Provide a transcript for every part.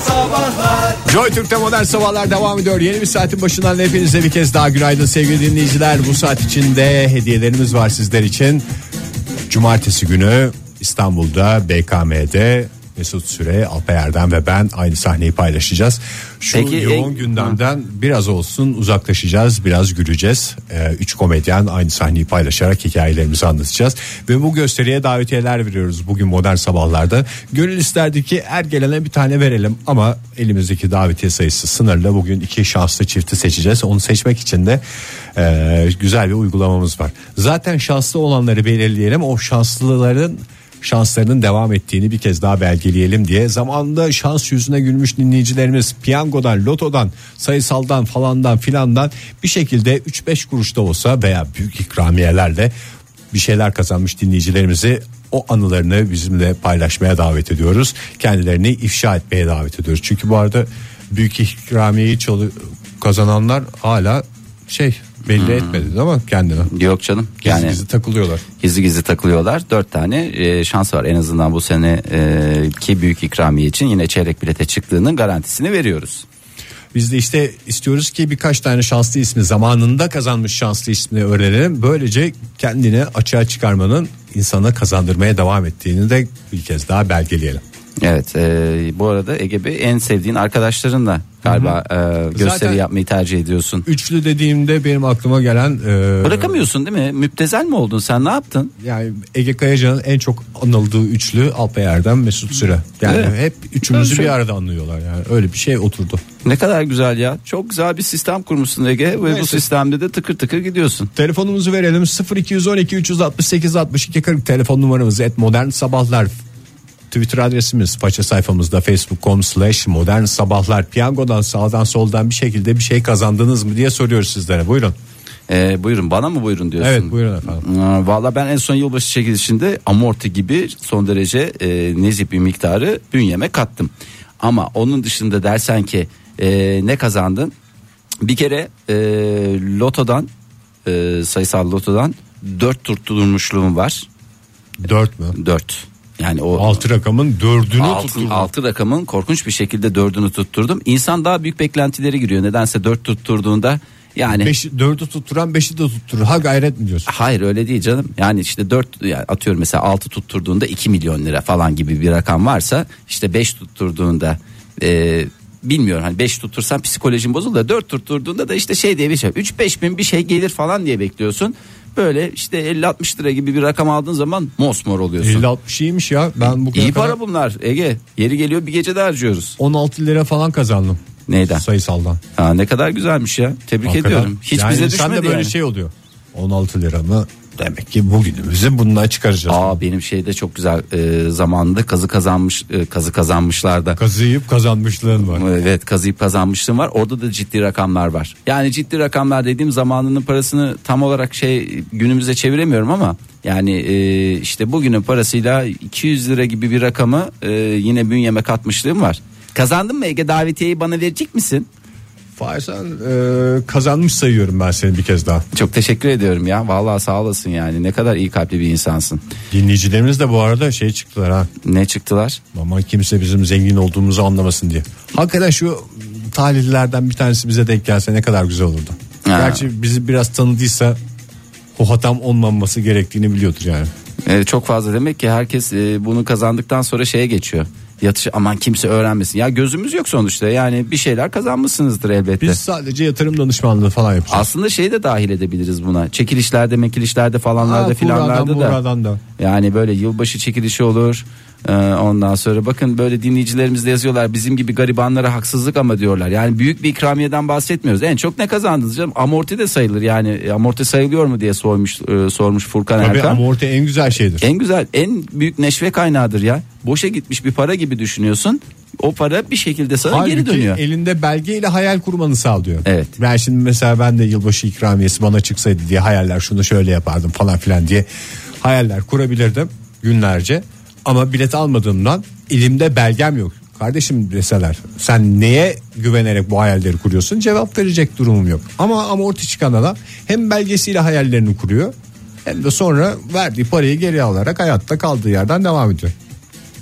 Sabahlar. Joy Türk'te modern sabahlar devam ediyor. Yeni bir saatin başından hepinize bir kez daha günaydın sevgili dinleyiciler. Bu saat içinde hediyelerimiz var sizler için. Cumartesi günü İstanbul'da BKM'de Mesut Süre, Alpay Erdem ve ben aynı sahneyi paylaşacağız. Şu Peki, yoğun gündemden biraz olsun uzaklaşacağız, biraz güleceğiz. 3 komedyen aynı sahneyi paylaşarak hikayelerimizi anlatacağız. Ve bu gösteriye davetiyeler veriyoruz bugün modern sabahlarda. Gönül isterdi ki her gelene bir tane verelim ama elimizdeki davetiye sayısı sınırlı. Bugün 2 şanslı çifti seçeceğiz. Onu seçmek için de güzel bir uygulamamız var. Zaten şanslı olanları belirleyelim, o şanslarının devam ettiğini bir kez daha belgeleyelim diye. Zamanında şans yüzüne gülmüş dinleyicilerimiz piyangodan, lotodan, sayısaldan falandan filandan bir şekilde 3-5 kuruş da olsa veya büyük ikramiyelerle bir şeyler kazanmış dinleyicilerimizi o anılarını bizimle paylaşmaya davet ediyoruz. Kendilerini ifşa etmeye davet ediyoruz. Çünkü bu arada büyük ikramiyeyi kazananlar hala belli etmedi ama kendine. Yok canım. Gizli gizli takılıyorlar. Gizli takılıyorlar. 4 tane şans var en azından bu sene ki büyük ikramiye için yine çeyrek bilete çıktığının garantisini veriyoruz. Biz de işte istiyoruz ki birkaç tane şanslı ismi, zamanında kazanmış şanslı ismini öğrenelim. Böylece kendini açığa çıkarmanın insana kazandırmaya devam ettiğini de bir kez daha belgeleyelim. Evet, bu arada Ege Bey en sevdiğin arkadaşlarınla galiba gösteri zaten yapmayı tercih ediyorsun. Üçlü dediğimde benim aklıma gelen bırakamıyorsun değil mi? Müptezel mi oldun sen, ne yaptın? Yani Ege Kayacan'ın en çok anıldığı üçlü Alpay Erdem, Mesut Süre. Yani Evet. hep üçümüzü bir arada anlıyorlar, yani öyle bir şey oturdu. Ne kadar güzel ya. Çok güzel bir sistem kurmuşsun Ege ve Neyse. bu sistemde de tıkır tıkır gidiyorsun. Telefonumuzu verelim, 0212 368 62 40 telefon numaramız @modern sabahlar. Twitter adresimiz, faça sayfamızda facebook.com/modern sabahlar. Piyangodan, sağdan soldan bir şekilde bir şey kazandınız mı diye soruyoruz sizlere. Buyurun. Buyurun, bana mı buyurun diyorsun? Evet, buyurun efendim. Valla ben en son yılbaşı çekilişinde amorti gibi son derece nezih bir miktarı bünyeme kattım. Ama onun dışında dersen ki ne kazandın? Bir kere lotodan, sayısal lotodan 4 tutturmuşluğum var. 4 mü? 4. Yani o 6 rakamın 4'ünü tutturdum. 6 rakamın korkunç bir şekilde 4'ünü tutturdum. İnsan daha büyük beklentileri giriyor. Nedense 4 tutturduğunda yani 4'ü tutturan 5'i de tutturur. Ha gayret mi diyorsun? hayır, öyle değil canım. Yani işte 4 yani atıyorum mesela 6 tutturduğunda 2 milyon lira falan gibi bir rakam varsa, işte 5 tutturduğunda bilmiyorum, hani 5 tutursan psikolojin bozulur da 4 tutturduğunda da işte şey diye bir şey 3-5 bin bir şey gelir falan diye bekliyorsun. Böyle işte 50-60 lira gibi bir rakam aldığın zaman mosmor oluyorsun. 50-60 iyiymiş ya. Ben bu İyi kadar para bunlar Ege. Yeri geliyor bir gecede harcıyoruz. 16 lira falan kazandım. Neyden? Sayısaldan. Ha, ne kadar güzelmiş ya. Tebrik Hakikaten. ediyorum. Hiç yani bize insan da düşmedi böyle yani. şey oluyor. 16 lira mı? Demek ki bugünümüzü bununla çıkaracağız. Benim şeyde çok güzel zamanında kazı kazanmışlarda. Kazıyıp kazanmışlığın var. Evet, kazıyıp kazanmışlığım var. Orada da ciddi rakamlar var. Yani ciddi rakamlar dediğim zamanının parasını tam olarak günümüze çeviremiyorum ama yani işte bugünün parasıyla 200 lira gibi bir rakamı yine bünyeme katmışlığım var. Kazandın mı Ege, davetiyeyi bana verecek misin? Sen kazanmış sayıyorum ben seni bir kez daha. Çok teşekkür ediyorum ya. Vallahi sağ olasın yani. Ne kadar iyi kalpli bir insansın. Dinleyicilerimiz de bu arada çıktılar ha. Ne çıktılar? Aman kimse bizim zengin olduğumuzu anlamasın diye. Hakikaten şu talihlilerden bir tanesi bize denk gelse ne kadar güzel olurdu. Gerçi bizi biraz tanıdıysa hohatam olmaması gerektiğini biliyordur yani. Çok fazla demek ki herkes bunu kazandıktan sonra geçiyor. Aman kimse öğrenmesin. Ya gözümüz yok sonuçta. Yani bir şeyler kazanmışsınızdır elbette. Biz sadece yatırım danışmanlığı falan yapacağız. Aslında de dahil edebiliriz buna. Çekilişlerde, mekilişlerde falanlarda filanlarda da. Yani böyle yılbaşı çekilişi olur. Ondan sonra bakın böyle dinleyicilerimiz de yazıyorlar, bizim gibi garibanlara haksızlık ama diyorlar. Yani büyük bir ikramiyeden bahsetmiyoruz. En çok ne kazandınız canım? Amorti de sayılır. Yani amorti sayılıyor mu diye sormuş Furkan Erkan. Tabii amorti en güzel şeydir. En güzel, en büyük neşve kaynağıdır ya. Boşa gitmiş bir para gibi düşünüyorsun. O para bir şekilde sana geri dönüyor. Elinde belgeyle hayal kurmanı sağlıyor. Evet. Ben şimdi mesela ben de yılbaşı ikramiyesi bana çıksaydı diye hayaller, şunu şöyle yapardım falan filan diye hayaller kurabilirdim günlerce. Ama bilet almadığımdan elimde belgem yok. Kardeşim deseler sen neye güvenerek bu hayalleri kuruyorsun, cevap verecek durumum yok. Ama amorti çıkan adam hem belgesiyle hayallerini kuruyor hem de sonra verdiği parayı geri alarak hayatta kaldığı yerden devam ediyor.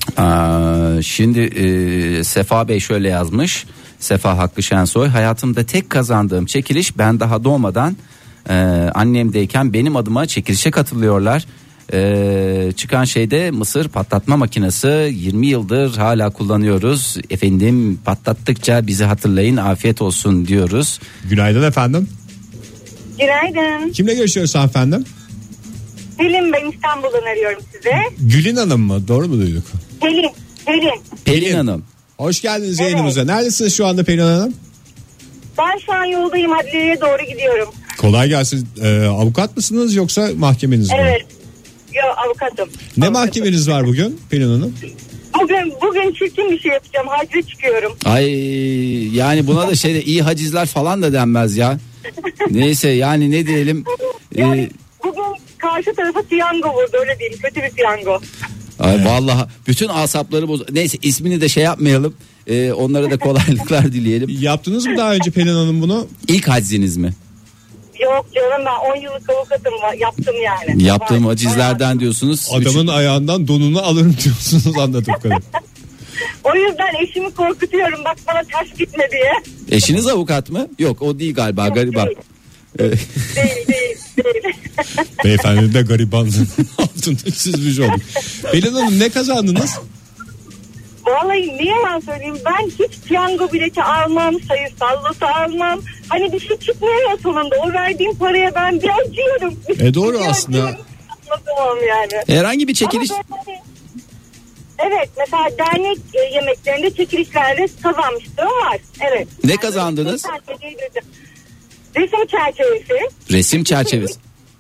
Şimdi Sefa Bey şöyle yazmış. Sefa Hakkı Şensoy, hayatımda tek kazandığım çekiliş, ben daha doğmadan annemdeyken benim adıma çekilişe katılıyorlar. Çıkan şeyde mısır patlatma makinesi, 20 yıldır hala kullanıyoruz. Efendim, patlattıkça bizi hatırlayın, afiyet olsun diyoruz. Günaydın efendim. Günaydın. Kimle görüşüyoruz efendim? Pelin, ben İstanbul'dan arıyorum size. Gülin Hanım mı? Doğru mu duyduk? Pelin Hanım. Hoş geldiniz Evet. yayınımıza. Neredesiniz şu anda Pelin Hanım? Ben şu an yoldayım, adliyeye doğru gidiyorum. Kolay gelsin. Avukat mısınız yoksa mahkemeniz mi? Evet. Avukatım. Ne Avukatım. mahkemeniz var bugün Pelin Hanım? Bugün çirkin bir şey yapacağım. Hacca çıkıyorum. Ay, yani buna da iyi hacizler falan da denmez ya. Neyse, yani ne diyelim. Yani bugün karşı tarafa piyango vurdu, öyle diyeyim. Kötü bir piyango. Ay, vallahi bütün asapları Neyse, ismini de yapmayalım. Onlara da kolaylıklar dileyelim. Yaptınız mı daha önce Pelin Hanım bunu? İlk hacziniz mi? Yok canım, ben 10 yıllık avukatım, yaptım yani. Yaptığım hacizlerden diyorsunuz. Adamın ayağından donunu alırım diyorsunuz anladığım kadarıyla. O yüzden eşimi korkutuyorum, bak bana ters gitme diye. Eşiniz avukat mı? Yok, o değil galiba, gariban. Değil. Beyefendi de garibanlığın altında çizmiş olduk. Pelin Hanım, ne kazandınız? Vallahi niye yalan söyleyeyim, ben hiç piyango bileti almam, sayısal loto almam. Hani bir şey çıkmıyor ya sonunda, o verdiğim paraya ben bir acıyorum. Doğru Bir aslında. acıyorum. Anlatamam yani. Herhangi bir çekiliş. Evet, mesela dernek yemeklerinde çekilişlerde kazanmıştım var. Evet. Ne kazandınız? Resim çerçevesi. Resim çerçevesi.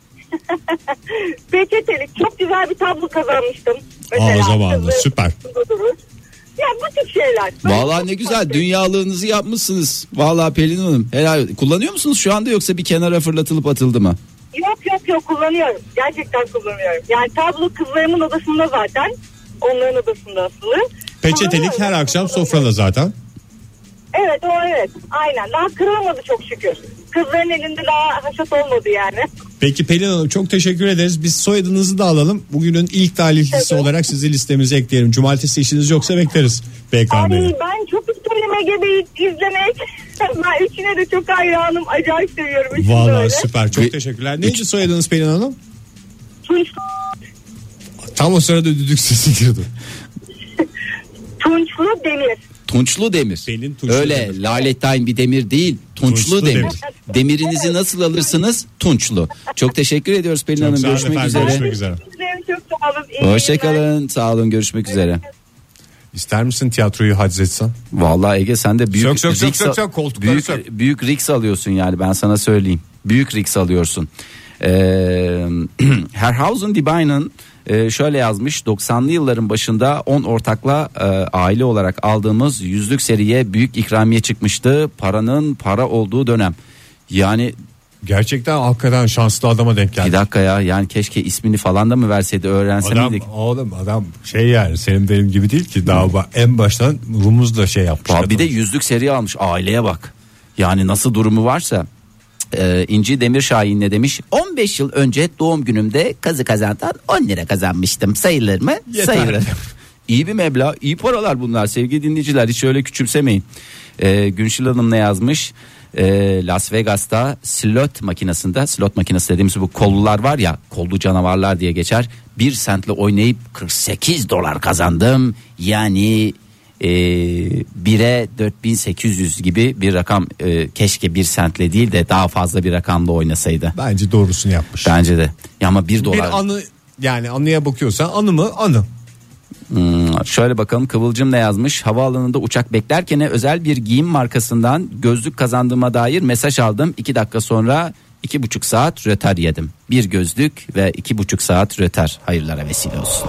Peçetelik, çok güzel bir tablo kazanmıştım. Mesela, zamanında süper. Ya bu tip şeyler. Vallahi ne güzel, dünyalığınızı yapmışsınız. Vallahi Pelin Hanım, helal. Kullanıyor musunuz şu anda, yoksa bir kenara fırlatılıp atıldı mı? Yok, kullanıyorum. Gerçekten kullanıyorum. Yani tablo kızlarımın odasında zaten. Onların odasında asılı. Peçetelik her akşam sofrada zaten. Evet, aynen. Daha kırılmadı çok şükür. Kızların elinde daha haşat olmadı yani. Peki Pelin Hanım, çok teşekkür ederiz. Biz soyadınızı da alalım. Bugünün ilk talihlisi olarak sizi listemize ekleyelim. Cumartesi işiniz yoksa bekleriz BKM'de. Ay, ben çok isterim Ege'yi izlemek. Ben üçüne de çok hayranım. Acayip seviyorum. Vallahi öyle. süper, çok teşekkürler. Neydi soyadınız Pelin Hanım? Tunçlu. Tam o sırada düdük sesi girdi. Tunçlu Demir. Tunçlu Demir. Pelin Tunçlu Öyle Demir. lalettayn bir demir değil. Tunçlu Demir. Demirinizi nasıl alırsınız? Tunçlu. Çok teşekkür ediyoruz Pelin Hanım. sağ olun Görüşmek efendim, üzere. görüşmek üzere. Çok sağ olun. İyi günler. Hoşçakalın. Sağ olun. Görüşmek üzere. İster misin tiyatroyu haczetsen? Vallahi Ege, sen de büyük Sök, koltukları sök. büyük risk alıyorsun yani, ben sana söyleyeyim. Büyük risk alıyorsun. Herhausen Dibay'ın şöyle yazmış: 90'lı yılların başında 10 ortakla aile olarak aldığımız yüzlük seriye büyük ikramiye çıkmıştı. Paranın para olduğu dönem. Yani Gerçekten hakikaten şanslı adama denk geldi. bir dakika ya, yani keşke ismini falan da mı verseydi, öğrense miydik? Adam yani senin benim gibi değil ki, daha en baştan rumuzla yapmış. Bir de yüzlük seri almış, aileye bak. Yani nasıl durumu varsa. İnci Demirşahin ne demiş? 15 yıl önce doğum günümde kazı kazandan 10 lira kazanmıştım. Sayılır mı? Yeter. Sayılır. İyi bir meblağ, iyi paralar bunlar sevgili dinleyiciler, hiç öyle küçümsemeyin. Günşil Hanım ne yazmış? Las Vegas'ta slot makinesi dediğimiz bu kollular var ya, kollu canavarlar diye geçer. 1 sentle oynayıp 48 dolar kazandım. Yani 1'e 4800 gibi bir rakam. Keşke 1 sentle değil de daha fazla bir rakamla oynasaydı. Bence doğrusunu yapmış. Bence de. Ya ama 1 dolar. Bir anı, yani anıya bakıyorsan anı mı? Anı. Şöyle bakalım, Kıvılcım ne yazmış? Havaalanında uçak beklerken özel bir giyim markasından gözlük kazandığıma dair mesaj aldım. 2 dakika sonra 2,5 saat rötar yedim. Bir gözlük ve 2,5 saat rötar. Hayırlara vesile olsun.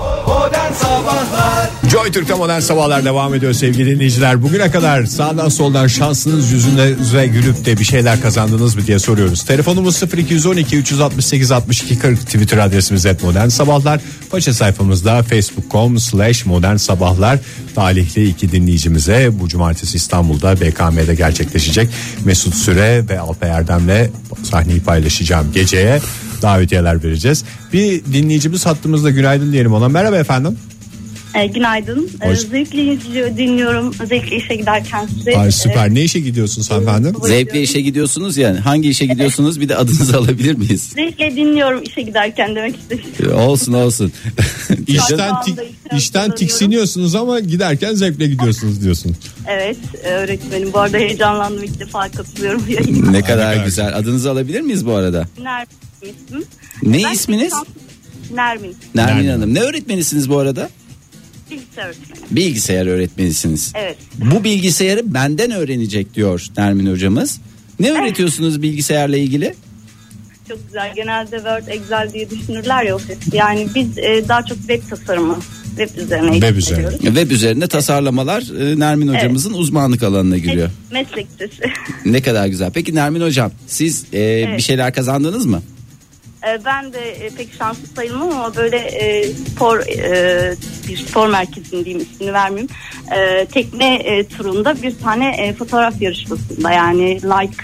Joy Türk'te modern sabahlar devam ediyor sevgili dinleyiciler. Bugüne kadar sağdan soldan şansınız yüzüne gülüp de bir şeyler kazandınız mı diye soruyoruz. Telefonumuz 0212 368 62 40, Twitter adresimiz @modernsabahlar. Paça sayfamızda facebook.com/modernsabahlar. Talihli 2 dinleyicimize bu cumartesi İstanbul'da BKM'de gerçekleşecek Mesut Süre ve Alpay Erdem'le sahneyi paylaşacağım geceye davetiyeler vereceğiz. Bir dinleyicimiz hattımızda, günaydın diyelim ona. Merhaba efendim. Günaydın. Zevkle dinliyorum. Özellikle işe giderken size. Ay süper. Ne işe gidiyorsunuz hanımefendi? Zevkle işe gidiyorsunuz yani. Hangi işe gidiyorsunuz? Bir de adınızı alabilir miyiz? Zevkle dinliyorum işe giderken demek istedim. Olsun. İşten tiksiniyorsunuz ama giderken zevkle gidiyorsunuz diyorsun. Evet öğretmenim. Bu arada heyecanlandım, ilk defa katılıyorum. Ne kadar güzel. Adınızı alabilir miyiz bu arada? Nermin ismim. Ne isminiz? Nermin Hanım. Ne öğretmenisiniz bu arada? Bilgisayar öğretmeni. Bilgisayar öğretmenisiniz. Evet. Bu bilgisayarı benden öğrenecek diyor Nermin hocamız. Ne öğretiyorsunuz bilgisayarla ilgili? Çok güzel. Genelde Word, Excel diye düşünürler ya Office. Yani biz daha çok web tasarımı, web üzerine gösteriyoruz. Web üzerine tasarlamalar Nermin hocamızın uzmanlık alanına giriyor. Meslektaşı. Ne kadar güzel. Peki Nermin hocam siz bir şeyler kazandınız mı? Ben de pek şanslı sayılmam ama böyle bir spor merkezinin diyeyim, ismini vermeyeyim. Tekne turunda bir tane fotoğraf yarışmasında, yani like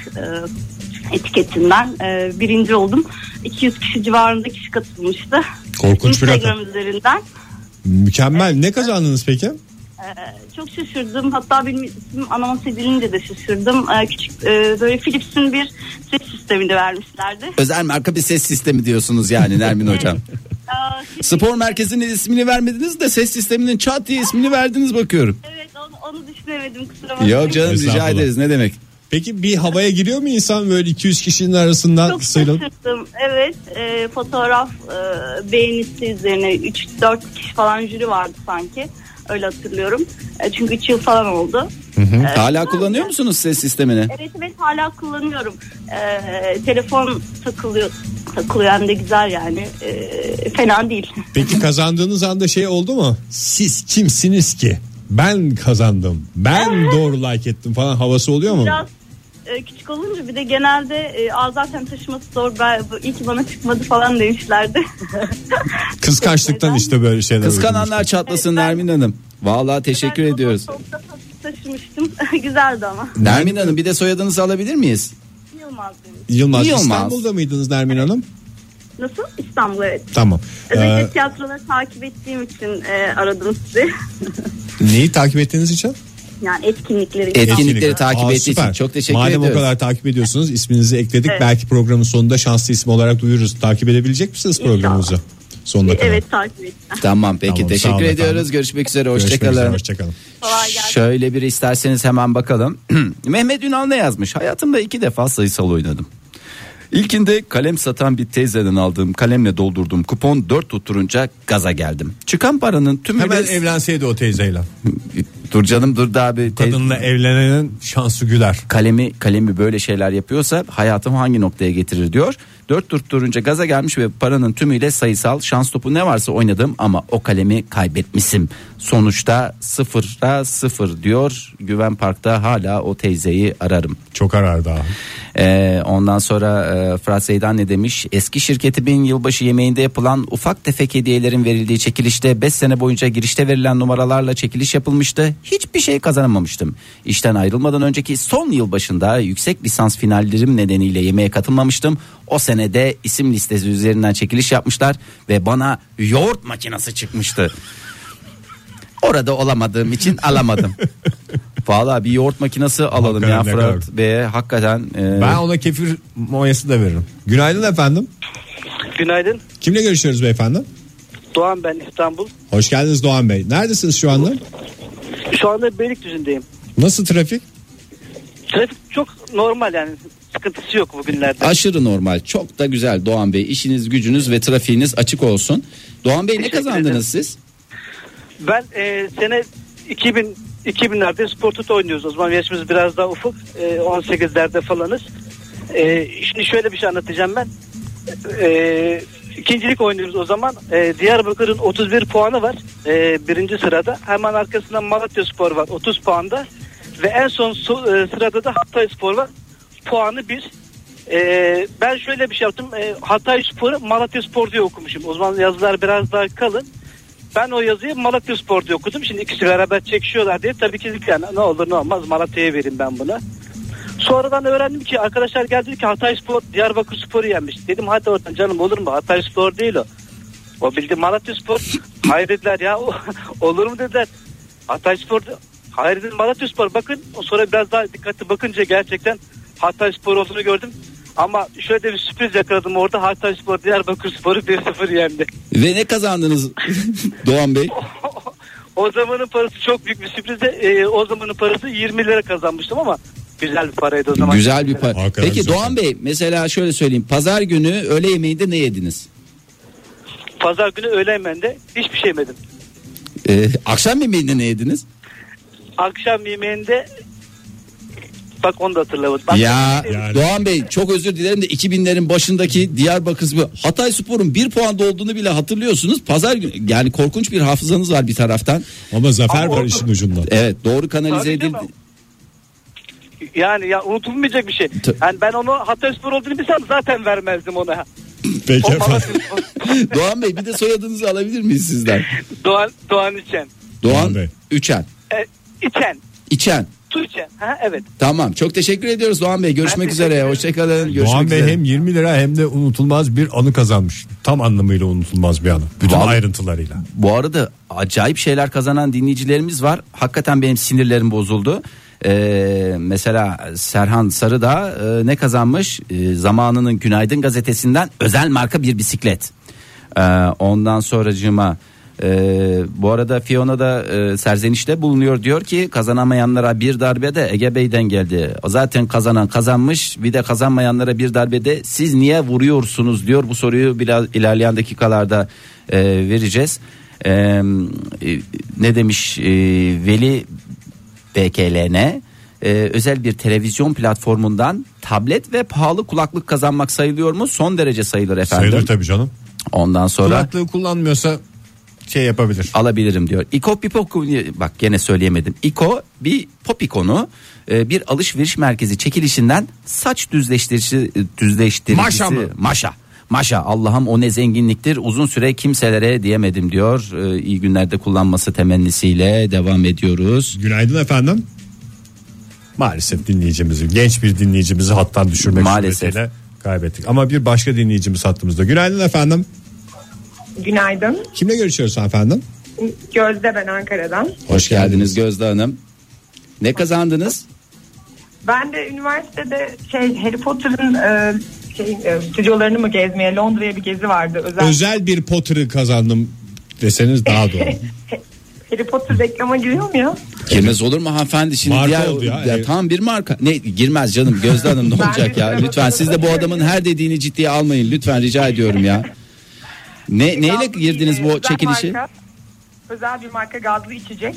etiketinden birinci oldum. 200 kişi civarında kişi katılmıştı. Korkunç bir Instagram üzerinden. Mükemmel. Ne kazandınız peki? Çok şaşırdım. Hatta benim ismim anons edilince de şaşırdım. Küçük böyle Philips'in bir ses sistemini vermişlerdi. Özel marka bir ses sistemi diyorsunuz yani Nermin hocam. Spor merkezinin ismini vermediniz de ses sisteminin çat diye ismini verdiniz bakıyorum. Evet, onu düşünemedim, kusura bakmayın. Yok canım, rica ederiz, ne demek. Peki bir havaya giriyor mu insan böyle 200 kişinin arasından? Çok şaşırdım. Evet, fotoğraf beğenisi üzerine 3-4 kişi falan jüri vardı sanki. Öyle hatırlıyorum. Çünkü 3 yıl falan oldu. Hala kullanıyor musunuz ses sistemini? Evet hala kullanıyorum. Telefon takılıyor hem de güzel yani. Fena değil. Peki kazandığınız anda şey oldu mu? Siz kimsiniz ki? Ben kazandım. Ben doğru like ettim falan havası oluyor mu? Biraz küçük olunca bir de genelde zaten taşıması zor. İyi ki bana çıkmadı falan demişlerdi. Kıskançlıktan işte böyle şeyler. Kıskananlar çatlasın Nermin Hanım. Vallahi teşekkür ediyoruz. Taşımıştım. Güzeldi ama. Nermin Hanım, bir de soyadınızı alabilir miyiz? Yılmaz. İstanbul'da mıydınız Nermin Hanım? Nasıl? İstanbul, evet. Tamam. Özellikle tiyatroları takip ettiğim için aradım sizi. Neyi takip ettiğiniz için? Yani etkinlikleri takip ettiğiniz için çok teşekkür ediyoruz. Madem o kadar takip ediyorsunuz, isminizi ekledik. Evet. Belki programın sonunda şanslı isim olarak duyururuz. Takip edebilecek misiniz programımızı? Sonuna kadar. Evet, takip edeceğim. Tamam, peki, teşekkür ediyoruz. Görüşmek üzere. Hoşçakalın. Kolay gelsin. Şöyle bir isterseniz hemen bakalım. Mehmet Ünal ne yazmış? Hayatımda 2 defa sayısal oynadım. İlkinde kalem satan bir teyzeden aldığım kalemle doldurduğum kupon 4 tutturunca gaza geldim. Çıkan paranın tümüyle... Hemen evlenseydi o teyzeyle. Dur canım, dur da abi. Kadınla evlenenin şansı güler. Kalemi böyle şeyler yapıyorsa hayatım hangi noktaya getirir diyor. 4 tutturunca gaza gelmiş ve paranın tümüyle sayısal şans topu ne varsa oynadım ama o kalemi kaybetmişim. Sonuçta 0'a 0 diyor. Güven Park'ta hala o teyzeyi ararım. Çok arar daha. Ondan sonra Fırat Zeydan ne demiş? Eski şirketimin yılbaşı yemeğinde yapılan ufak tefek hediyelerin verildiği çekilişte 5 sene boyunca girişte verilen numaralarla çekiliş yapılmıştı. Hiçbir şey kazanamamıştım. İşten ayrılmadan önceki son yılbaşında yüksek lisans finallerim nedeniyle yemeğe katılmamıştım. O senede isim listesi üzerinden çekiliş yapmışlar ve bana yoğurt makinesi çıkmıştı. Orada olamadığım için alamadım. Vallahi bir yoğurt makinesi alalım hakikaten ya Fırat Bey'e, hakikaten. Ben ona kefir mayası da veririm. Günaydın efendim. Günaydın. Kimle görüşüyoruz beyefendi? Doğan, ben İstanbul. Hoş geldiniz Doğan Bey. Neredesiniz şu anda? Şu anda Beylikdüzü'ndeyim. Nasıl trafik? Trafik çok normal, yani sıkıntısı yok bugünlerde. Aşırı normal, çok da güzel Doğan Bey. İşiniz gücünüz ve trafiğiniz açık olsun. Doğan Bey, ne kazandınız siz? Ben sene 2000'lerde Spor Toto oynuyoruz. O zaman yaşımız biraz daha ufuk. 18'lerde falanız. Şimdi şöyle bir şey anlatacağım ben. İkincilik oynuyoruz o zaman. Diyarbakır'ın 31 puanı var. Birinci sırada. Hemen arkasından Malatyaspor var 30 puanda. Ve en son sırada da Hatayspor var. Puanı 1. Ben şöyle bir şey yaptım. Hatayspor'u Malatyaspor diye okumuşum. O zaman yazılar biraz daha kalın. Ben o yazıyı Malatyaspor diye okudum. Şimdi ikisi beraber çekişiyorlar diye tabii ki yani ne olur ne olmaz Malatya'ya vereyim ben bunu. Sonradan öğrendim ki arkadaşlar geldi ki Hatayspor Diyarbakırspor'u yenmiş. Dedim hadi oradan canım, olur mu? Hatayspor değil o. O bildi Malatyaspor. Hayır dediler ya, olur mu dediler. Hatayspor, hayır dedim Malatyaspor, bakın. Sonra biraz daha dikkatli bakınca gerçekten Hatayspor olduğunu gördüm. Ama şöyle de bir sürpriz yakaladım orada. Hatayspor Diyarbakırspor'u 1-0 yendi. Ve ne kazandınız Doğan Bey? O zamanın parası çok büyük bir sürprizde. O zamanın parası 20 lira kazanmıştım ama güzel bir paraydı o zaman. Güzel bir para. Hakikaten Peki güzel. Doğan Bey, mesela şöyle söyleyeyim. Pazar günü öğle yemeğinde ne yediniz? Pazar günü öğle yemeğinde hiçbir şey yemedim. Akşam yemeğinde ne yediniz? Akşam yemeğinde bak onu da hatırlamadım. Bak, Ya Yani. Doğan Bey, çok özür dilerim de 2000'lerin başındaki Diyarbakırspor, Hatayspor'un 1 puanda olduğunu bile hatırlıyorsunuz. Pazar günü, yani korkunç bir hafızanız var bir taraftan. Ama zafer Ama var oldu. işin ucunda. Evet, doğru kanalize Tabii edildi. canım. Yani ya unutulmayacak bir şey. Yani ben onu Hatayspor olduğunu bilsem zaten vermezdim ona. Peki O efendim. Malatyaspor. Doğan Bey, bir de soyadınızı alabilir miyiz sizden? Doğan İçen. Doğan Bey. Üçen. İçen. İçen. Tuğçen. Ha evet. Tamam, çok teşekkür ediyoruz Doğan Bey. Görüşmek Ben üzere. teşekkür Hoşçakalın. Görüşmek Doğan Bey üzere. hem 20 lira hem de unutulmaz bir anı kazanmış. Tam anlamıyla unutulmaz bir anı. Bütün Vallahi- ayrıntılarıyla. Bu arada acayip şeyler kazanan dinleyicilerimiz var. Hakikaten benim sinirlerim bozuldu. Mesela Serhan Sarıdağ ne kazanmış? Zamanının Günaydın gazetesinden özel marka bir bisiklet. Ondan sonracığıma bu arada Fiona da serzenişte bulunuyor, diyor ki kazanamayanlara bir darbede Ege Bey'den geldi. Zaten kazanan kazanmış, bir de kazanmayanlara bir darbede siz niye vuruyorsunuz diyor. Bu soruyu biraz ilerleyen dakikalarda vereceğiz. Ne demiş Veli BKLN? Özel bir televizyon platformundan tablet ve pahalı kulaklık kazanmak sayılıyor mu? Son derece sayılır efendim. Sayılır tabii canım. Ondan sonra Kulaklığı kullanmıyorsa şey yapabilir. alabilirim diyor. İko Pipoko, bak gene söyleyemedim. İko bir pop ikonu, bir alışveriş merkezi çekilişinden saç düzleştiricisi. Maşa mı? Maşa, Allah'ım o ne zenginliktir, uzun süre kimselere diyemedim diyor. İyi günlerde kullanması temennisiyle devam ediyoruz. Günaydın efendim. Maalesef dinleyicimizi, genç bir dinleyicimizi hattan düşürmek Maalesef. suretiyle kaybettik. Ama bir başka dinleyicimiz hattımızda. Günaydın efendim. Günaydın. Kimle görüşüyoruz efendim? Gözde, ben Ankara'dan. Hoş geldiniz Gözde Hanım. Ne kazandınız? Ben de üniversitede Harry Potter'ın stüdyolarını mı gezmeye, Londra'ya bir gezi vardı. Özel bir Potter'ı kazandım deseniz daha doğru. Harry Potter reklama giriyor mu ya? Girmez olur mu hanımefendi, şimdi Marka diğer oldu ya. tam bir marka. Ne girmez canım Gözde Hanım, ne olacak ya? Lütfen siz de bu adamın her dediğini ciddiye almayın lütfen, rica ediyorum ya. Neyle girdiniz bu Özel çekilişi? Özel bir marka gazlı içecek.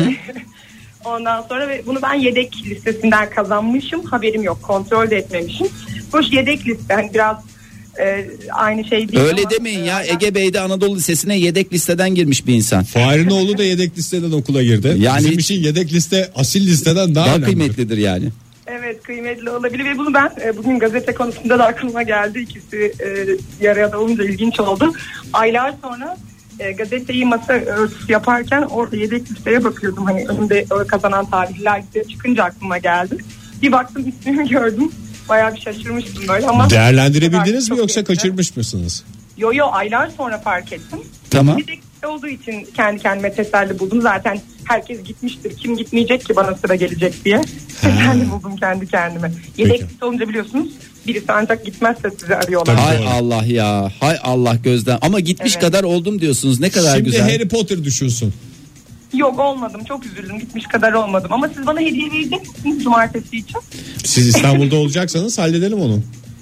Ondan sonra ve bunu ben yedek listesinden kazanmışım. Haberim yok. Kontrol de etmemişim. Bu yedek liste hani biraz aynı şey değil. Öyle ama, demeyin ya. Ege Bey'de Anadolu Lisesi'ne yedek listeden girmiş bir insan. Fahri'nin oğlu da yedek listeden okula girdi. Yani Bizim için yedek liste asil listeden daha önemli. kıymetlidir yani. Evet, kıymetli olabilir ve bunu ben bugün gazete konusunda da aklıma geldi. İkisi yarıya olunca ilginç oldu. Aylar sonra gazeteyi masa örtüsü yaparken orada yedek listeye bakıyordum. Hani önümde kazanan tarihler çıkınca aklıma geldi. Bir baktım, ismimi gördüm. Bayağı bir şaşırmıştım böyle ama. Değerlendirebildiniz mi yoksa keyifli. kaçırmış mısınız? Yo aylar sonra fark ettim. Tamam. Yedek liste olduğu için kendi kendime teselli buldum. Zaten herkes gitmiştir. Kim gitmeyecek ki bana sıra gelecek diye. Teselli buldum kendi kendime. Yedek Peki. liste olunca biliyorsunuz birisi ancak gitmezse sizi arıyorlar. Tabii. Hay Doğru. Allah ya. Hay Allah Gözden. Ama gitmiş Evet. kadar oldum diyorsunuz. Ne kadar Şimdi güzel. Harry Potter düşünsün. Yok, olmadım, çok üzüldüm, gitmiş kadar olmadım. Ama siz bana hediye verecek misiniz cumartesi için? Siz İstanbul'da olacaksanız halledelim onu.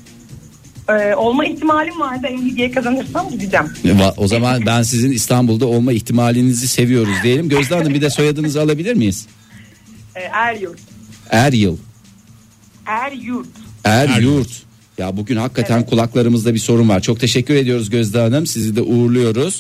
Olma ihtimalim vardı, hediye kazanırsam gideceğim. O zaman ben sizin İstanbul'da olma ihtimalinizi seviyoruz diyelim. Gözde Hanım, bir de soyadınızı alabilir miyiz? Eryurt. Eryıl. Eryurt. Eryurt. Ya bugün hakikaten kulaklarımızda bir sorun var. Çok teşekkür ediyoruz Gözde Hanım. Sizi de uğurluyoruz.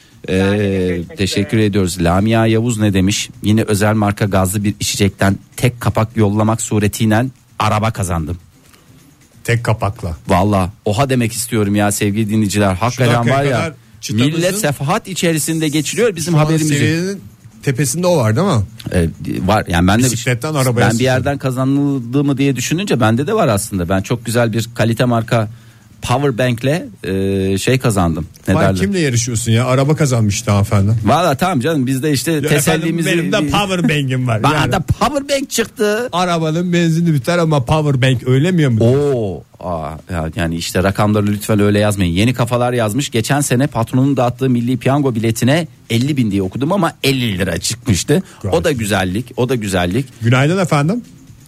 Teşekkür ediyoruz. Lamia Yavuz ne demiş? Yine özel marka gazlı bir içecekten tek kapak yollamak suretiyle araba kazandım. Tek kapakla. Valla oha demek istiyorum ya sevgili dinleyiciler. Hakikaten dakikaya var ya, kadar çıtamızın- millet sefahat içerisinde geçiriyor, bizim Şu an haberimiz yok. seviyenin tepesinde o var değil mi? Var yani ben de Bisikletten arabaya ben bir yerden kazanıldı mı diye düşününce bende de var aslında. Ben çok güzel bir kalite marka Powerbank'le şey kazandım. Ne Vay, derler? kimle yarışıyorsun ya? Araba kazanmıştı hanımefendi. Valla tamam canım, biz de işte tesellimizi. Benim de powerbank'im var. Bana Yani da powerbank çıktı. arabanın benzini biter ama powerbank öyle mi? Oo, yani işte rakamları lütfen öyle yazmayın. Yeni Kafalar yazmış. Geçen sene patronun dağıttığı milli piyango biletine 50.000 diye okudum ama 50 lira çıkmıştı. O da güzellik, o da güzellik. Günaydın efendim.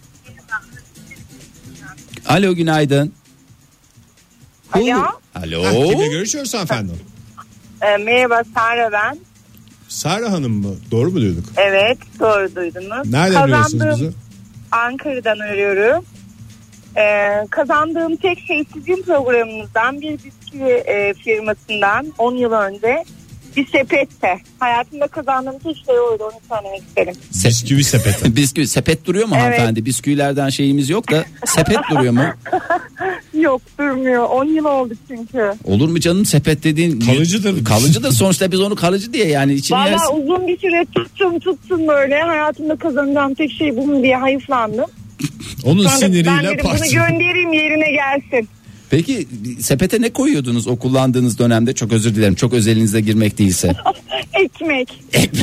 Alo, günaydın. Alo. Alo. Kimle görüşüyoruz efendim? Merhaba, Sara ben. Sara Hanım mı? Doğru mu duyduk? Evet, doğru duydunuz. Nereden arıyorsunuz bizi? Ankara'dan arıyorum. Kazandığım tek şey sizin programınızdan, bir bisküvi firmasından 10 yıl önce bir sepette. Hayatımda kazandığım tek şey oydu, onu söylemek isterim. Bisküvi sepeti. Bisküvi sepet duruyor mu Evet. hanımefendi? Bisküvilerden şeyimiz yok da sepet duruyor mu? Yok, durmuyor. 10 yıl oldu çünkü. Olur mu canım, sepet dediğin Kalıcıdır. Kalıcıdır sonuçta, biz onu kalıcı diye yani içini Valla yersin. uzun bir süre tuttum böyle. Hayatımda kazanacağım tek şey bu mu diye hayıflandım. Onun Sonra ben siniriyle dedim bunu parça. göndereyim, yerine gelsin. Peki sepete ne koyuyordunuz o kullandığınız dönemde? Çok özür dilerim, çok özelinize girmek değilse. Ekmek.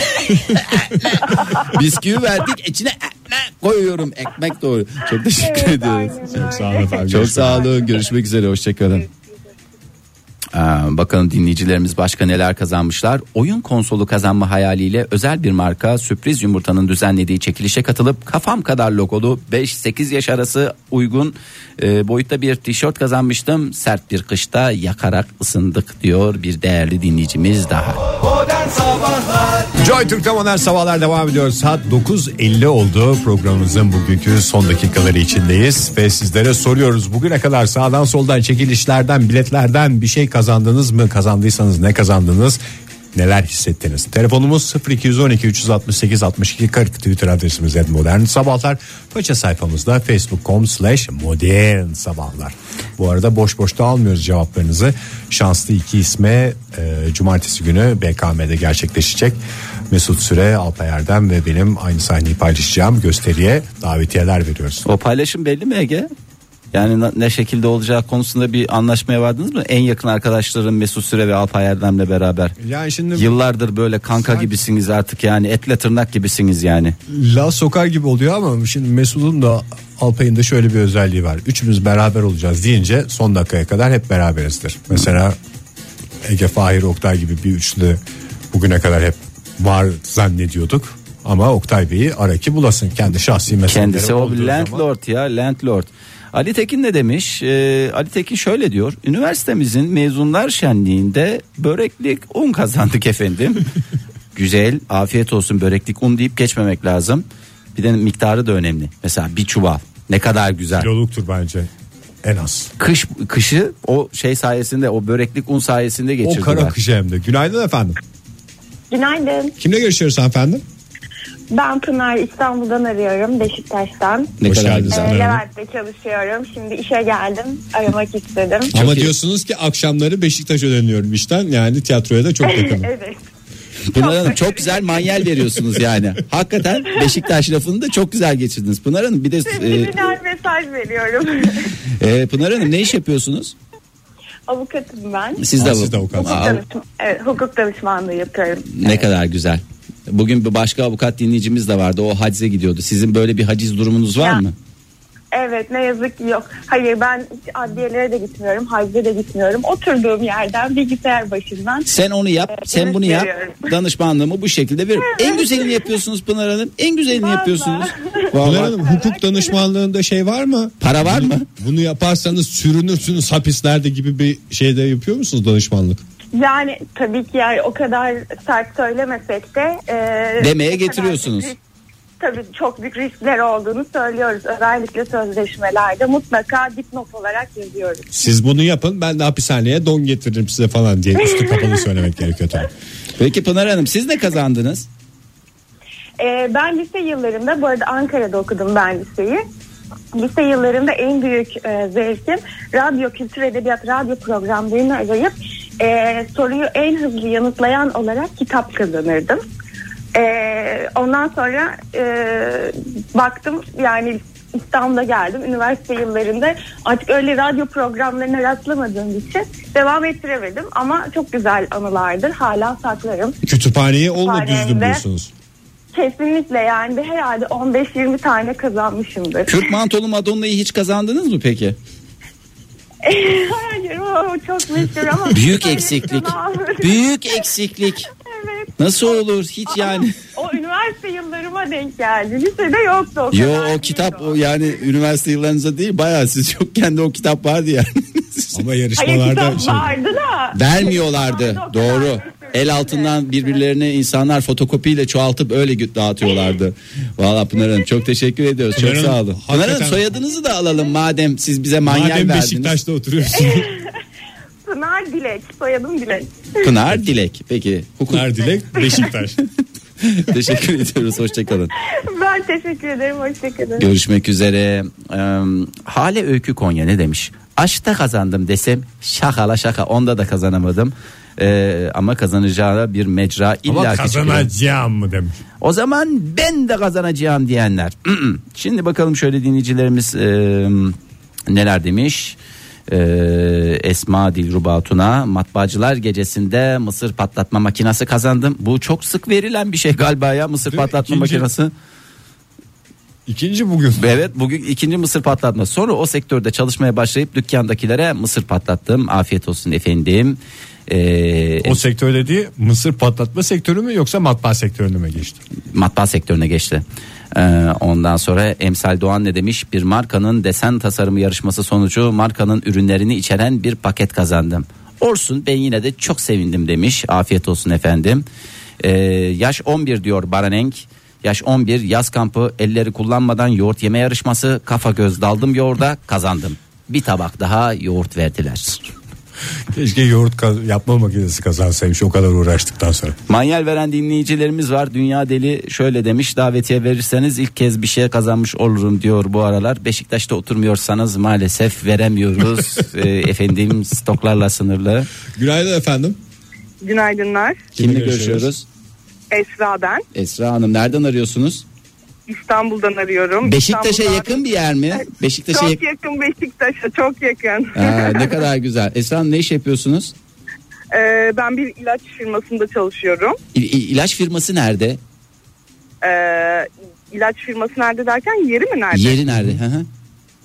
Bisküvi verdik, içine ekmek koyuyorum, ekmek doğru. Çok teşekkür Evet, ediyoruz. aynen Çok sağ olun efendim. Çok sağ olun, görüşmek üzere, hoşçakalın. Bakalım dinleyicilerimiz başka neler kazanmışlar. Oyun konsolu kazanma hayaliyle özel bir marka sürpriz yumurtanın düzenlediği çekilişe katılıp kafam kadar logolu 5-8 yaş arası uygun boyutta bir tişört kazanmıştım. Sert bir kışta yakarak ısındık diyor bir değerli dinleyicimiz daha. Joy Türk'te Modern Sabahlar devam ediyor. Saat 9.50 oldu. Programımızın bugünkü son dakikaları içindeyiz. Ve sizlere soruyoruz. Bugüne kadar sağdan soldan çekilişlerden, biletlerden bir şey kazandınız mı? Kazandıysanız ne kazandınız? Neler hissettiniz? Telefonumuz 0212 368 62 40. Twitter adresimiz @modern sabahlar. Faça sayfamızda facebook.com/modern sabahlar. Bu arada boş boşta almıyoruz cevaplarınızı. Şanslı iki isme cumartesi günü BKM'de gerçekleşecek. Mesut Süre, Alpay Erdem ve benim aynı sahneyi paylaşacağım gösteriye davetiyeler veriyoruz. O paylaşım belli mi Ege? Yani ne şekilde olacağı konusunda bir anlaşmaya vardınız mı? En yakın arkadaşlarım Mesut Süre ve Alpay Erdem'le beraber. Yani şimdi Yıllardır böyle kanka gibisiniz artık, yani etle tırnak gibisiniz yani. la sokar gibi oluyor ama şimdi Mesut'un da Alpay'ın da şöyle bir özelliği var. Üçümüz beraber olacağız deyince son dakikaya kadar hep beraberizdir. Mesela Ege, Fahir, Oktay gibi bir üçlü bugüne kadar hep var zannediyorduk. Ama Oktay Bey'i ara ki bulasın, kendi şahsi meseleleri Kendisi o olduğu landlord ya, landlord. Ali Tekin ne demiş? Ali Tekin şöyle diyor. Üniversitemizin mezunlar şenliğinde böreklik un kazandık efendim. Güzel, afiyet olsun, böreklik un deyip geçmemek lazım. Bir de miktarı da önemli. Mesela bir çuval ne kadar güzel. Kiloluktur bence en az. Kışı o şey sayesinde, o böreklik un sayesinde O geçirdiler. kara kışı hem de. Günaydın efendim. Günaydın. Kimle görüşüyoruz efendim? Ben Pınar, İstanbul'dan arıyorum, Beşiktaş'tan. Ne Hoş kadar geldiniz. güzel. Merhaba. Levent'te çalışıyorum. Şimdi işe geldim. Aramak istedim. Ama iyi. diyorsunuz ki akşamları Beşiktaş'a dönüyorum işten, yani tiyatroya da çok yakınım. Evet. Pınar Hanım çok güzel manyel veriyorsunuz yani. Hakikaten Beşiktaş lafını da çok güzel geçirdiniz. Pınar Hanım bir de Subliminal mesaj veriyorum. Pınar Hanım ne iş yapıyorsunuz? Avukatım ben. Siz de Siz de avukat. Evet, hukuk danışmanlığı yapıyorum. Ne kadar güzel. Bugün bir başka avukat dinleyicimiz de vardı. O hacize gidiyordu. Sizin böyle bir haciz durumunuz var Ya. mı? Evet, ne yazık ki yok. Hayır, ben hiç adliyelere de gitmiyorum, hacca de gitmiyorum. Oturduğum yerden bilgisayar başından. Sen onu yap, sen bunu yap. Danışmanlığımı bu şekilde ver. En güzelini yapıyorsunuz Pınar Hanım. En güzelini Vallahi. yapıyorsunuz. Pınar Vallahi. Hanım, hukuk danışmanlığında şey var mı? Para var mı? Bunu yaparsanız sürünürsünüz hapislerde gibi bir şeyde yapıyor musunuz danışmanlık? Yani tabii ki yani o kadar sert söylemesek de Demeye o kadar getiriyorsunuz. tabii çok büyük riskler olduğunu söylüyoruz. Özellikle sözleşmelerde mutlaka dipnot olarak yazıyoruz. Siz bunu yapın, ben de hapishaneye don getiririm size falan diye üstü kapalı söylemek gerekiyor tabii. Peki Pınar Hanım, siz ne kazandınız? Ben lise yıllarında, bu arada Ankara'da okudum ben liseyi. Lise yıllarında en büyük zevkim radyo, kültür, edebiyat, radyo programlarını arayıp soruyu en hızlı yanıtlayan olarak kitap kazanırdım. Ondan sonra baktım yani İstanbul'a geldim. Üniversite yıllarında artık öyle radyo programlarına rastlamadığım için devam ettiremedim. Ama çok güzel anılardır. Hala saklarım. Kütüphaneyi onunla düzdüm diyorsunuz. Kesinlikle, yani herhalde 15-20 tane kazanmışımdır. Kürk mantolu Madonna'yı hiç kazandınız mı peki? Hayır, o çok meşhur ama. Büyük eksiklik. Büyük eksiklik. Evet. Nasıl olur hiç yani? O üniversite yıllarıma denk geldi. Lisede yoktu o kadar. Yo, o kitap o yani üniversite yıllarınıza değil, bayağı siz yokken de o kitap vardı yani. Ama yarışmalarda Hayır, kitap vardı da. Vermiyorlardı. Doğru. El altından birbirlerine insanlar fotokopiyle çoğaltıp öyle dağıtıyorlardı. Vallahi Pınar Hanım çok teşekkür ediyoruz. Çok sağ olun. Pınar Hanım, soyadınızı da alalım madem siz bize manyel verdiniz. Madem Beşiktaş'ta oturuyorsunuz. Pınar Dilek. Soyadım Dilek. Pınar Dilek. Peki. Pınar Dilek, Beşiktaş. Teşekkür ediyoruz. Hoşçakalın. Ben teşekkür ederim. Hoşçakalın. Görüşmek üzere. Hale Öykü Konya ne demiş? Aşkta kazandım desem şakala şaka, onda da kazanamadım. Ama kazanacağına bir mecra illa ama kazanacağım mı demiş. O zaman ben de kazanacağım diyenler. Şimdi bakalım şöyle dinleyicilerimiz neler demiş. Esma Dilruba Tuna, matbaacılar gecesinde mısır patlatma makinesi kazandım. Bu çok sık verilen bir şey galiba ya, mısır patlatma makinesi. İkinci bugün. Evet, bugün ikinci mısır patlatma. Sonra o sektörde çalışmaya başlayıp dükkandakilere mısır patlattım. Afiyet olsun efendim. O sektör dediği mısır patlatma sektörü mü yoksa matbaa sektörüne mi geçti? Matbaa sektörüne geçti. Ondan sonra Emsal Doğan ne demiş? Bir markanın desen tasarımı yarışması sonucu markanın ürünlerini içeren bir paket kazandım. Olsun, ben yine de çok sevindim demiş. Afiyet olsun efendim. Yaş 11 diyor Baranenk. Yaş 11 yaz kampı, elleri kullanmadan yoğurt yeme yarışması, kafa göz daldım yoğurda, kazandım. Bir tabak daha yoğurt verdiler. Keşke yoğurt yapma makinesi kazansaymış o kadar uğraştıktan sonra. Manyel veren dinleyicilerimiz var. Dünya Deli şöyle demiş: davetiye verirseniz ilk kez bir şey kazanmış olurum diyor bu aralar. Beşiktaş'ta oturmuyorsanız maalesef veremiyoruz. Efendim, stoklarla sınırlı. Günaydın efendim. Günaydınlar. Kimle görüşüyoruz? Esra ben. Esra Hanım, nereden arıyorsunuz? İstanbul'dan arıyorum. Beşiktaş'a yakın bir yer mi? Beşiktaş'a çok yakın Beşiktaş'a, çok yakın. Ne kadar güzel. Esra Hanım, ne iş yapıyorsunuz? Ben bir ilaç firmasında çalışıyorum. İlaç firması nerede? İlaç firması nerede derken yeri mi nerede? Yeri nerede? Hı hı.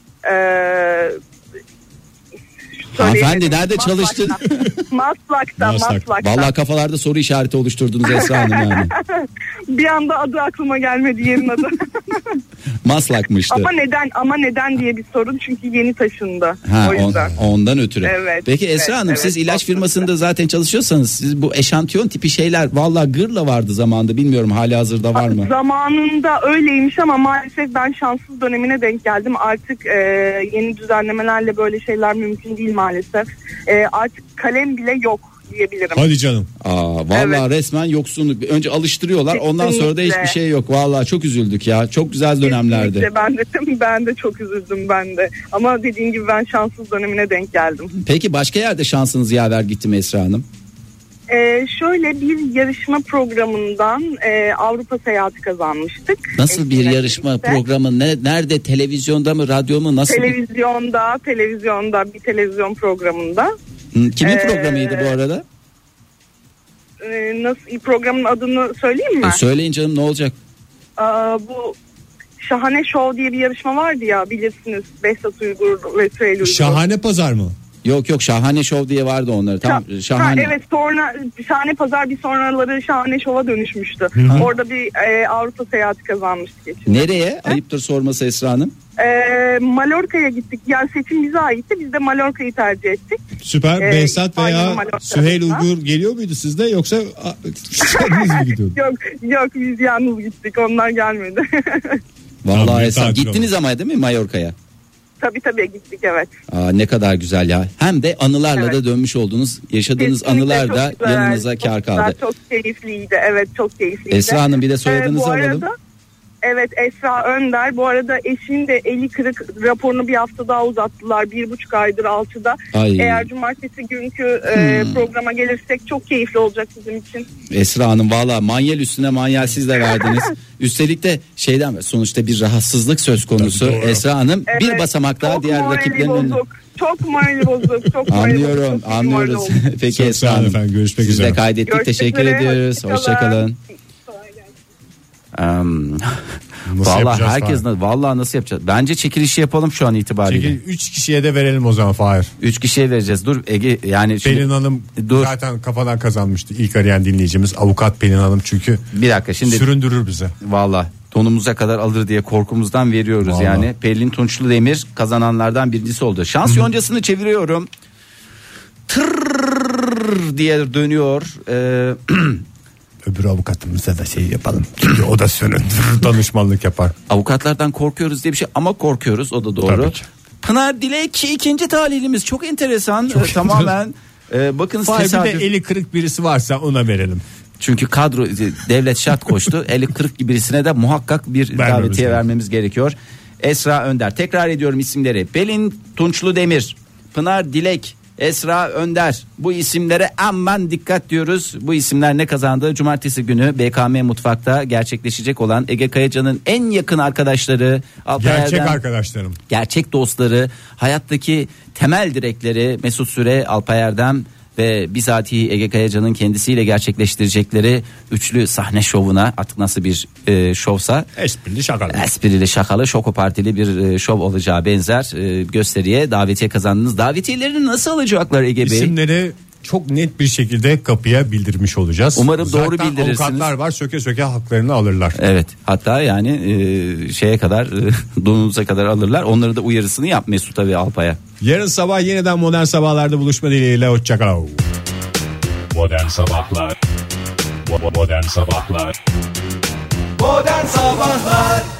Hanımefendi nerede çalıştın? Maslak'ta. Vallahi kafalarda soru işareti oluşturdunuz Esra Hanım yani. Bir anda adı aklıma gelmedi, yerin adı. Maslak'mıştı. Ama neden diye bir sorun, çünkü yeni taşındı. O yüzden. Ondan ötürü. Evet. Peki Esra Hanım, siz ilaç firmasında zaten çalışıyorsanız, siz bu eşantiyon tipi şeyler, vallahi gırla vardı zamanında, bilmiyorum hali hazırda var mı? Zamanında öyleymiş ama maalesef ben şanssız dönemine denk geldim. Artık yeni düzenlemelerle böyle şeyler mümkün değil maalesef. Artık kalem bile yok diyebilirim. Hadi canım. Vallahi evet. Resmen yoksunluk. Önce alıştırıyorlar, kesinlikle. Ondan sonra da hiçbir şey yok. Vallahi çok üzüldük ya. Çok güzel dönemlerdi. Ben de çok üzüldüm ben de. Ama dediğim gibi ben şanssız dönemine denk geldim. Peki başka yerde şansınız yaver gitti mi Esra Hanım? Şöyle bir yarışma programından Avrupa seyahati kazanmıştık. Nasıl bir yarışma programı? Nerede? Televizyonda mı? Radyo mu? Nasıl? Televizyonda bir televizyon programında. Kimin programıydı bu arada? Nasıl, programın adını söyleyeyim mi? Söyleyin canım, ne olacak? Bu Şahane Show diye bir yarışma vardı ya, bilirsiniz. Behzat Uygur ve Süheyl Uygur. Şahane Pazar mı? Yok Şahane Show diye vardı onları. Tam Şahane. Evet, sonra Şahane Pazar bir sonraları Şahane Show'a dönüşmüştü. Hı-hı. Orada bir Avrupa seyahati kazanmıştık. Nereye? Ayıptır sorması Esra Hanım. Mallorca'ya gittik. Yani seçim bize aitti. Biz de Mallorca'yı tercih ettik. Süper. Behzat veya Süheyl Uygur geliyor muydu sizde, yoksa kendiniz mi gidiyordunuz? Yok biz yalnız gittik. Onlar gelmedi. Vallahi Esra, gittiniz ama değil mi Mallorca'ya? Tabii gittik, evet. Ne kadar güzel ya. Hem de anılarla da dönmüş oldunuz. Yaşadığınız anılar da yanınıza kâr kaldı. Çok keyifliydi. Evet, çok keyifliydi. Esra Hanım, bir de soyadınızı alalım. Evet, Esra Önder. Bu arada eşinin de eli kırık, raporunu bir hafta daha uzattılar. 1,5 aydır alçıda. Eğer cumartesi günkü programa gelirsek çok keyifli olacak bizim için. Esra Hanım valla manyel üstüne manyel siz de verdiniz. Üstelik de şeyden sonuçta bir rahatsızlık söz konusu. Doğru. Esra Hanım bir basamak daha diğer rakiplerinin önüne. Çok morali bozuk. Çok Anlıyorum, anlıyoruz. Peki çok Esra Hanım. Efendim, görüşmek Siz üzere. de kaydettik. Görüşmek Teşekkür üzere, ediyoruz. Hoşçakalın. Vallahi herkes vallahi nasıl yapacağız? Bence çekilişi yapalım şu an itibariyle. 3 kişiye de verelim o zaman Fahir. 3 kişiye vereceğiz. Dur Ege yani şimdi, Pelin Hanım dur. zaten kafadan kazanmıştı ilk arayan dinleyicimiz avukat Pelin Hanım çünkü bir dakika şimdi süründürür bize. vallahi donumuza kadar alır diye korkumuzdan veriyoruz Vallahi. yani. Pelin Tunçlu Demir kazananlardan birincisi oldu. Şans yoncasını çeviriyorum. Tırrrr diye dönüyor. Öbür avukatımıza da şey yapalım. Çünkü o da süründürür, danışmanlık yapar. Avukatlardan korkuyoruz diye bir şey ama korkuyoruz, o da doğru. Tabii ki. Pınar Dilek ikinci talihlimiz çok enteresan. Çok tamamen bakın Fahir bir tesadüf. de eli kırık birisi varsa ona verelim. Çünkü kadro devlet şart koştu. Eli kırık birisine de muhakkak bir davetiye vermemiz gerekiyor. Esra Önder. Tekrar ediyorum isimleri. Pelin Tunçlu Demir, Pınar Dilek, Esra Önder. Bu isimlere aman dikkat diyoruz. Bu isimler ne kazandı? Cumartesi günü BKM Mutfak'ta gerçekleşecek olan Ege Kayacan'ın en yakın arkadaşları, Gerçek arkadaşlarım. gerçek dostları, hayattaki temel direkleri Mesut Süre, Alpay Erdem ve bizatihi Ege Kayacan'ın kendisiyle gerçekleştirecekleri üçlü sahne şovuna, artık nasıl bir şovsa, esprili şakalı şoko partili bir şov olacağı benzer gösteriye davetiye kazandınız. Davetiyelerini nasıl alacaklar Ege Bey? İsimleri çok net bir şekilde kapıya bildirmiş olacağız. Umarım zaten doğru bildirirsiniz. Avukatlar var, söke söke haklarını alırlar. Evet, hatta yani şeye kadar donunuza kadar alırlar. Onları da uyarısını yap Mesut'a ve Alpay'a. Yarın sabah yeniden Modern Sabahlar'da buluşma dileğiyle, hoşçakal. Modern Sabahlar. Modern Sabahlar. Modern Sabahlar